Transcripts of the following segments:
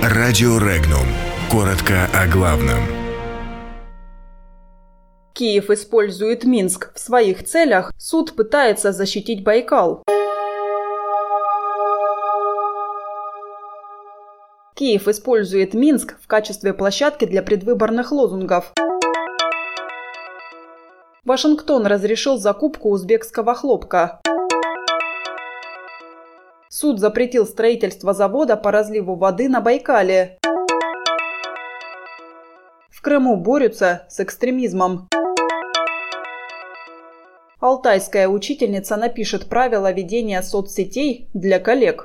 Радио Регнум. Коротко о главном. Киев использует Минск в своих целях. Суд пытается защитить Байкал. Киев использует Минск в качестве площадки для предвыборных лозунгов. Вашингтон разрешил закупку узбекского хлопка. Суд запретил строительство завода по разливу воды на Байкале. В Крыму борются с экстремизмом. Алтайская учительница напишет правила ведения соцсетей для коллег.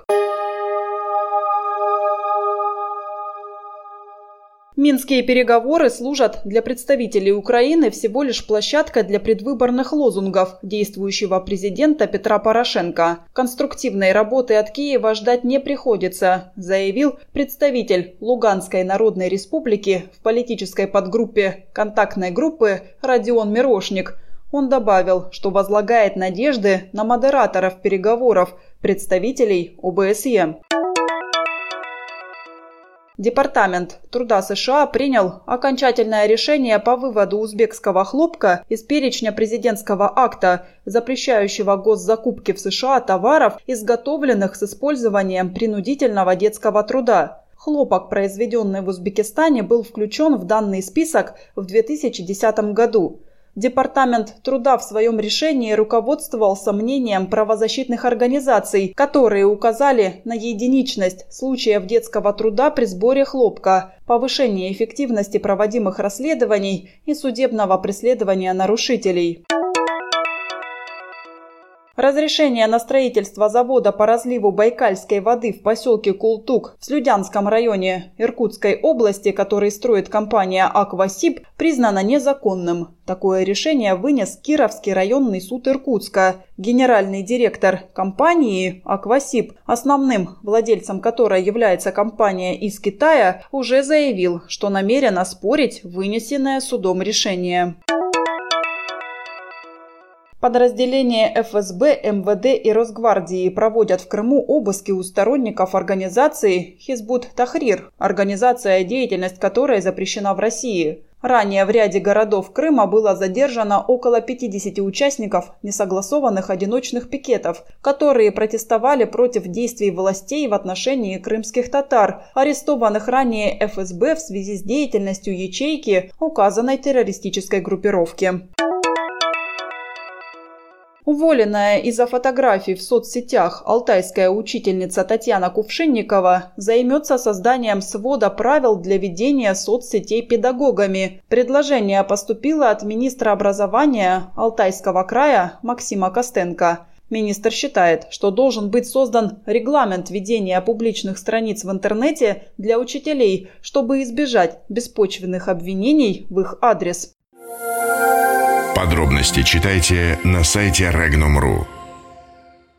Минские переговоры служат для представителей Украины всего лишь площадкой для предвыборных лозунгов действующего президента Петра Порошенко. Конструктивной работы от Киева ждать не приходится, заявил представитель Луганской Народной Республики в политической подгруппе контактной группы Родион Мирошник. Он добавил, что возлагает надежды на модераторов переговоров, представителей ОБСЕ. Департамент труда США принял окончательное решение по выводу узбекского хлопка из перечня президентского акта, запрещающего госзакупки в США товаров, изготовленных с использованием принудительного детского труда. Хлопок, произведенный в Узбекистане, был включен в данный список в 2010 году. Департамент труда в своем решении руководствовался мнением правозащитных организаций, которые указали на единичность случаев детского труда при сборе хлопка, повышение эффективности проводимых расследований и судебного преследования нарушителей. Разрешение на строительство завода по разливу байкальской воды в поселке Култук в Слюдянском районе Иркутской области, который строит компания «Аквасиб», признано незаконным. Такое решение вынес Кировский районный суд Иркутска. Генеральный директор компании «Аквасиб», основным владельцем которой является компания из Китая, уже заявил, что намерен оспорить вынесенное судом решение. Подразделения ФСБ, МВД и Росгвардии проводят в Крыму обыски у сторонников организации «Хизбут-Тахрир», организация, деятельность которой запрещена в России. Ранее в ряде городов Крыма было задержано около 50 участников несогласованных одиночных пикетов, которые протестовали против действий властей в отношении крымских татар, арестованных ранее ФСБ в связи с деятельностью ячейки указанной террористической группировки. Уволенная из-за фотографий в соцсетях алтайская учительница Татьяна Кувшинникова займется созданием свода правил для ведения соцсетей педагогами. Предложение поступило от министра образования Алтайского края Максима Костенко. Министр считает, что должен быть создан регламент ведения публичных страниц в интернете для учителей, чтобы избежать беспочвенных обвинений в их адрес. Подробности читайте на сайте Regnum.ru.